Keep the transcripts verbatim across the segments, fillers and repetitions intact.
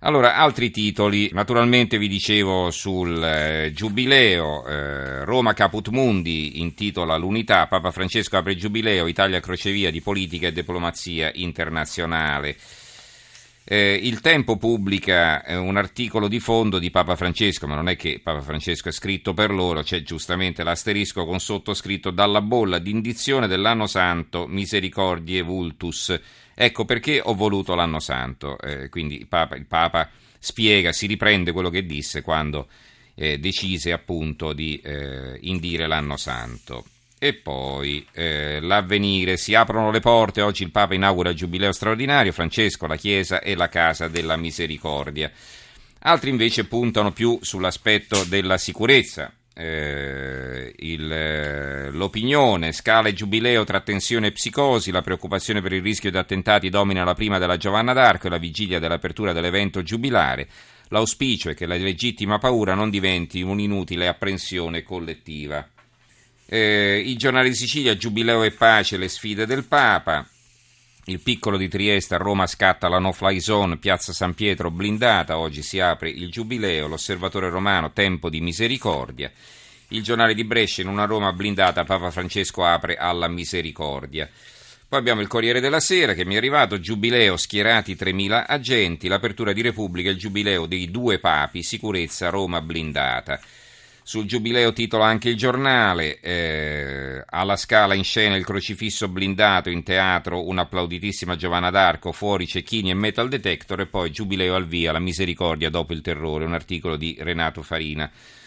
Allora, altri titoli, naturalmente vi dicevo sul eh, Giubileo, eh, Roma Caput Mundi intitola l'unità, Papa Francesco apre il Giubileo, Italia crocevia di politica e diplomazia internazionale. Eh, il Tempo pubblica eh, un articolo di fondo di Papa Francesco, ma non è che Papa Francesco è scritto per loro, c'è giustamente l'asterisco con sottoscritto dalla bolla d'indizione dell'anno santo Misericordie Vultus. Ecco perché ho voluto l'anno santo, eh, quindi il Papa, il Papa spiega, si riprende quello che disse quando eh, decise appunto di eh, indire l'anno santo. E poi eh, l'Avvenire, si aprono le porte, oggi il Papa inaugura il Giubileo straordinario, Francesco, la Chiesa e la Casa della Misericordia. Altri invece puntano più sull'aspetto della sicurezza. Eh, il, l'opinione, scala e Giubileo tra tensione e psicosi, la preoccupazione per il rischio di attentati domina la prima della Giovanna d'Arco e la vigilia dell'apertura dell'evento giubilare. L'auspicio è che la legittima paura non diventi un'inutile apprensione collettiva. Eh, I giornali di Sicilia, Giubileo e pace, le sfide del Papa. Il Piccolo di Trieste, a Roma scatta la no-fly zone, Piazza San Pietro blindata, oggi si apre il Giubileo, l'Osservatore Romano, tempo di misericordia. Il Giornale di Brescia, in una Roma blindata, Papa Francesco apre alla misericordia. Poi abbiamo il Corriere della Sera che mi è arrivato, Giubileo, schierati tremila agenti, l'apertura di Repubblica, il Giubileo dei due papi, sicurezza, Roma blindata. Sul Giubileo titola anche il Giornale, eh, alla Scala in scena il crocifisso blindato, in teatro un'applauditissima Giovanna d'Arco, fuori cecchini e metal detector e poi Giubileo al via, la misericordia dopo il terrore, un articolo di Renato Farina.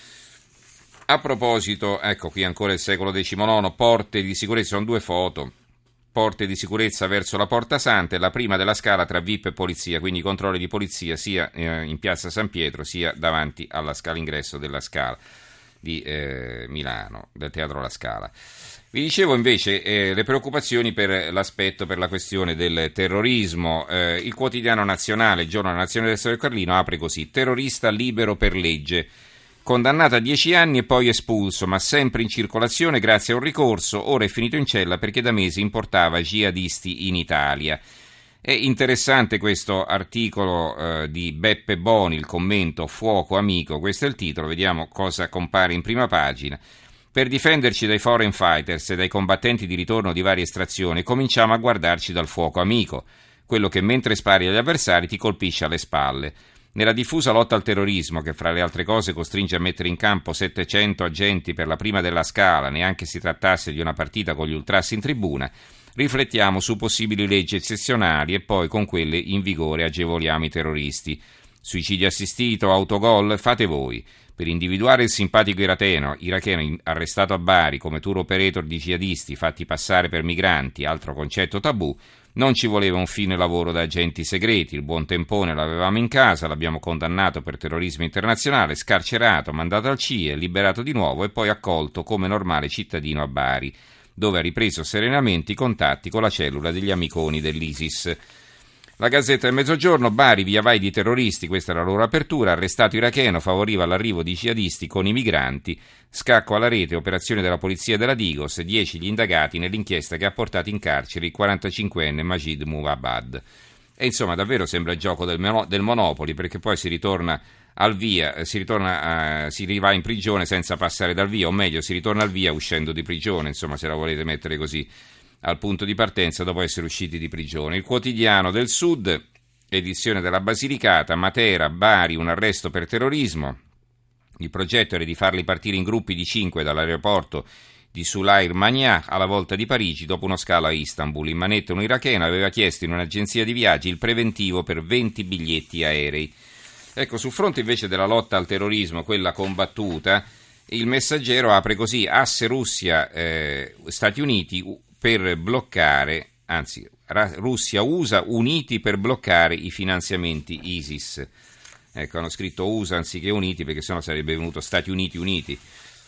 A proposito, ecco qui ancora il secolo diciannove, porte di sicurezza, sono due foto, porte di sicurezza verso la Porta Santa e la prima della Scala tra V I P e polizia, quindi controlli di polizia sia eh, in Piazza San Pietro sia davanti alla Scala, ingresso della Scala di eh, Milano, del Teatro La Scala. Vi dicevo invece eh, le preoccupazioni per l'aspetto, per la questione del terrorismo. Eh, il Quotidiano Nazionale, il Giorno della Nazione del Sole Carlino, apre così: terrorista libero per legge, condannato a dieci anni e poi espulso, ma sempre in circolazione grazie a un ricorso, ora è finito in cella perché da mesi importava jihadisti in Italia. È interessante questo articolo eh, di Beppe Boni, il commento Fuoco amico, questo è il titolo, vediamo cosa compare in prima pagina. Per difenderci dai foreign fighters e dai combattenti di ritorno di varie estrazioni, cominciamo a guardarci dal fuoco amico, quello che mentre spari agli avversari ti colpisce alle spalle. Nella diffusa lotta al terrorismo, che fra le altre cose costringe a mettere in campo settecento agenti per la prima della Scala, neanche si trattasse di una partita con gli ultras in tribuna, riflettiamo su possibili leggi eccezionali e poi con quelle in vigore agevoliamo i terroristi. Suicidio assistito, autogol, fate voi. Per individuare il simpatico iracheno, iracheno arrestato a Bari come tour operator di jihadisti fatti passare per migranti, altro concetto tabù, non ci voleva un fine lavoro da agenti segreti, il buon tempone l'avevamo in casa, l'abbiamo condannato per terrorismo internazionale, scarcerato, mandato al C I E, liberato di nuovo e poi accolto come normale cittadino a Bari, dove ha ripreso serenamente i contatti con la cellula degli amiconi dell'ISIS. La Gazzetta del Mezzogiorno, Bari, via vai di terroristi, questa è la loro apertura, arrestato iracheno, favoriva l'arrivo di jihadisti con i migranti, scacco alla rete, operazione della polizia della Digos, dieci gli indagati nell'inchiesta che ha portato in carcere il quarantacinquenne Majid Muhammad. E insomma davvero sembra il gioco del, mono, del Monopoli, perché poi si ritorna al via, si ritorna a, si va in prigione senza passare dal via, o meglio si ritorna al via uscendo di prigione, insomma se la volete mettere così, al punto di partenza dopo essere usciti di prigione. Il Quotidiano del Sud, edizione della Basilicata, Matera, Bari, un arresto per terrorismo. Il progetto era di farli partire in gruppi di cinque dall'aeroporto di Sulair Magnat alla volta di Parigi dopo uno scalo a Istanbul. In manetta un iracheno aveva chiesto in un'agenzia di viaggi il preventivo per venti biglietti aerei. Ecco, sul fronte invece della lotta al terrorismo, quella combattuta, il Messaggero apre così: asse Russia-Stati eh, Uniti per bloccare, anzi Russia-U S A uniti per bloccare i finanziamenti ISIS. Ecco, hanno scritto U S A anziché uniti perché sennò sarebbe venuto Stati Uniti uniti.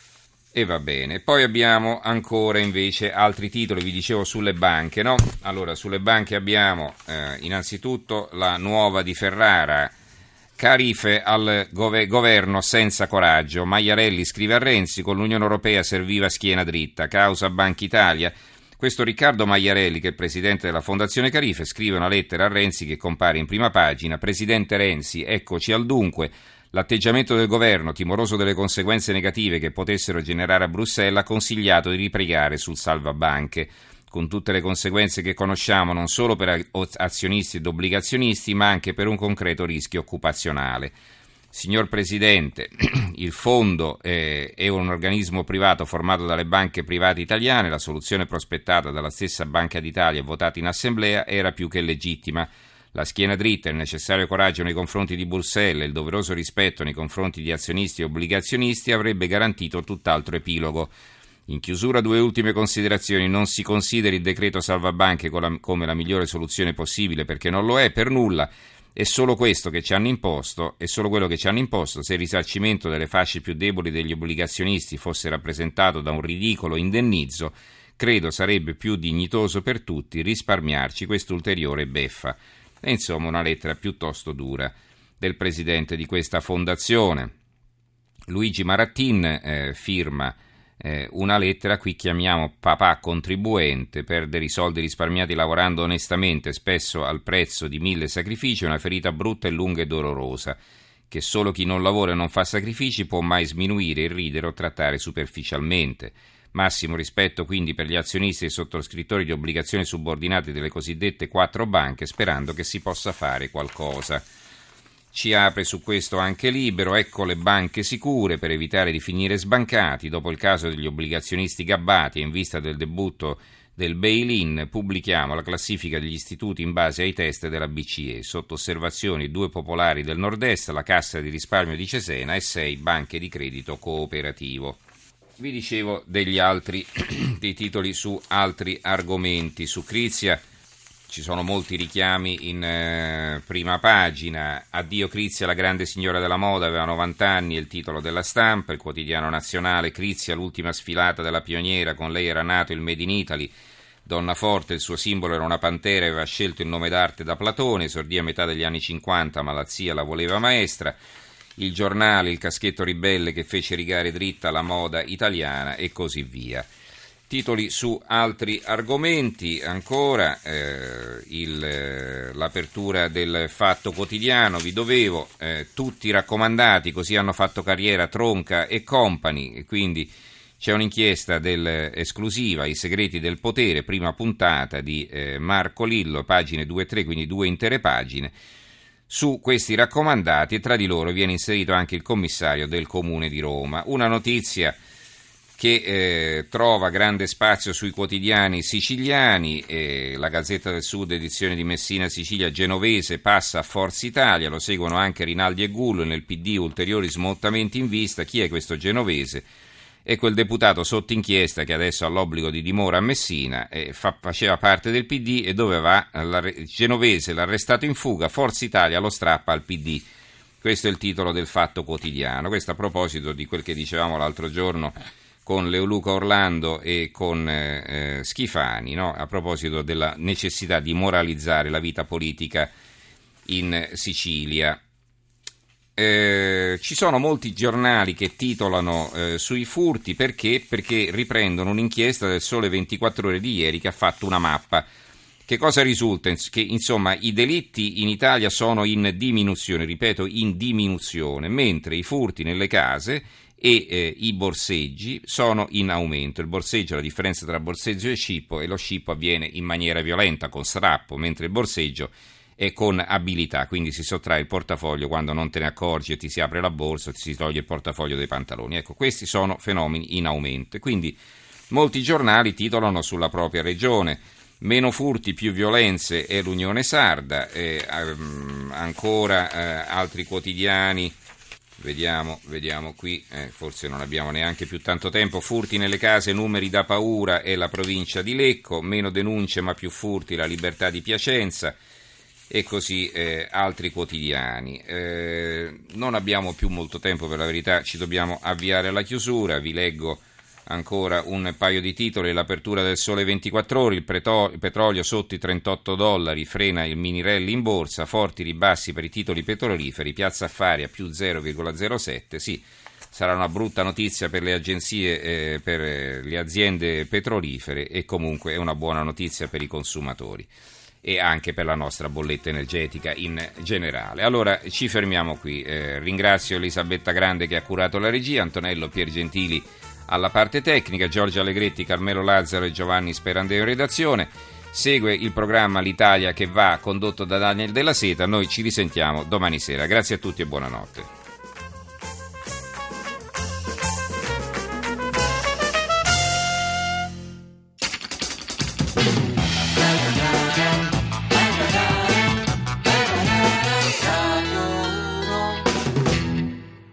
E va bene. Poi abbiamo ancora invece altri titoli, vi dicevo sulle banche, no? Allora, sulle banche abbiamo eh, innanzitutto la nuova di Ferrara, Carife al gov- governo senza coraggio. Maiarelli scrive a Renzi: con l'Unione Europea serviva schiena dritta. Causa Banca Italia. Questo Riccardo Magliarelli, che è il presidente della Fondazione Carife, scrive una lettera a Renzi che compare in prima pagina. Presidente Renzi, eccoci al dunque. L'atteggiamento del governo, timoroso delle conseguenze negative che potessero generare a Bruxelles, ha consigliato di ripregare sul salvabanche, con tutte le conseguenze che conosciamo non solo per azionisti ed obbligazionisti, ma anche per un concreto rischio occupazionale. Signor Presidente, il fondo eh, è un organismo privato formato dalle banche private italiane. La soluzione prospettata dalla stessa Banca d'Italia e votata in assemblea era più che legittima. La schiena dritta, il necessario coraggio nei confronti di Bruxelles e il doveroso rispetto nei confronti di azionisti e obbligazionisti avrebbe garantito tutt'altro epilogo. In chiusura, due ultime considerazioni. Non si consideri il decreto salvabanche come la migliore soluzione possibile, perché non lo è per nulla. È solo questo che ci hanno imposto, è solo quello che ci hanno imposto. Se il risarcimento delle fasce più deboli degli obbligazionisti fosse rappresentato da un ridicolo indennizzo, credo sarebbe più dignitoso per tutti risparmiarci quest'ulteriore beffa. E insomma una lettera piuttosto dura del presidente di questa fondazione. Luigi Marattin eh, firma eh, una lettera, qui chiamiamo papà contribuente, perdere i soldi risparmiati lavorando onestamente, spesso al prezzo di mille sacrifici, è una ferita brutta e lunga e dolorosa, che solo chi non lavora e non fa sacrifici può mai sminuire, irridere o trattare superficialmente. Massimo rispetto quindi per gli azionisti e sottoscrittori di obbligazioni subordinate delle cosiddette quattro banche, sperando che si possa fare qualcosa. Ci apre su questo anche Libero. Ecco le banche sicure per evitare di finire sbancati. Dopo il caso degli obbligazionisti gabbati e in vista del debutto del bail-in, pubblichiamo la classifica degli istituti in base ai test della B C E. Sotto osservazioni due popolari del nord-est, la Cassa di risparmio di Cesena e sei banche di credito cooperativo. Vi dicevo degli altri, dei titoli su altri argomenti. Su Crizia ci sono molti richiami in eh, prima pagina. Addio Crizia, la grande signora della moda, aveva novanta anni, è il titolo della Stampa. Il quotidiano nazionale, Crizia, l'ultima sfilata della pioniera, con lei era nato il Made in Italy. Donna forte, il suo simbolo era una pantera, aveva scelto il nome d'arte da Platone, esordì a metà degli anni cinquanta, ma la zia la voleva maestra. Il Giornale, il caschetto ribelle che fece rigare dritta la moda italiana e così via. Titoli su altri argomenti, ancora eh, il, eh, l'apertura del Fatto Quotidiano, vi dovevo, eh, tutti raccomandati, così hanno fatto carriera Tronca e Company, e quindi c'è un'inchiesta del, esclusiva, I segreti del potere, prima puntata di eh, Marco Lillo, pagine due e tre, quindi due intere pagine, su questi raccomandati, e tra di loro viene inserito anche il commissario del Comune di Roma. Una notizia che eh, trova grande spazio sui quotidiani siciliani, eh, la Gazzetta del Sud, edizione di Messina Sicilia, Genovese passa a Forza Italia, lo seguono anche Rinaldi e Gullo, nel P D ulteriori smottamenti in vista. Chi è questo Genovese? È quel deputato sotto inchiesta che adesso ha l'obbligo di dimora a Messina, eh, fa, faceva parte del P D e dove va? La, Genovese, l'arrestato in fuga, Forza Italia lo strappa al P D. Questo è il titolo del Fatto Quotidiano. Questo a proposito di quel che dicevamo l'altro giorno con Leoluca Orlando e con eh, Schifani, no? A proposito della necessità di moralizzare la vita politica in Sicilia. Eh, ci sono molti giornali che titolano eh, sui furti, perché? Perché riprendono un'inchiesta del Sole ventiquattro Ore di ieri che ha fatto una mappa. Che cosa risulta? Che insomma i delitti in Italia sono in diminuzione, ripeto in diminuzione, mentre i furti nelle case e eh, i borseggi sono in aumento. Il borseggio, la differenza tra borseggio e scippo, e lo scippo avviene in maniera violenta con strappo, mentre il borseggio è con abilità, quindi si sottrae il portafoglio quando non te ne accorgi e ti si apre la borsa, ti si toglie il portafoglio dei pantaloni. Ecco, questi sono fenomeni in aumento e quindi molti giornali titolano sulla propria regione: meno furti, più violenze è l'Unione Sarda. E, um, ancora eh, altri quotidiani. Vediamo, vediamo qui, eh, forse non abbiamo neanche più tanto tempo. Furti nelle case, numeri da paura, è la provincia di Lecco. Meno denunce ma più furti, la Libertà di Piacenza. E così eh, altri quotidiani. Eh, non abbiamo più molto tempo, per la verità, ci dobbiamo avviare alla chiusura. Vi leggo ancora un paio di titoli. L'apertura del Sole ventiquattro Ore, il, preto- il petrolio sotto i trentotto dollari, frena il mini rally in borsa, forti ribassi per i titoli petroliferi, Piazza Affari a più zero virgola zero sette, sì, sarà una brutta notizia per le agenzie, eh, per le aziende petrolifere, e comunque è una buona notizia per i consumatori e anche per la nostra bolletta energetica in generale. Allora ci fermiamo qui, eh, ringrazio Elisabetta Grande che ha curato la regia, Antonello Piergentili alla parte tecnica, Giorgio Allegretti, Carmelo Lazzaro e Giovanni Sperandeo in redazione. Segue il programma L'Italia che va, condotto da Daniel Della Seta. Noi ci risentiamo domani sera. Grazie a tutti e buonanotte.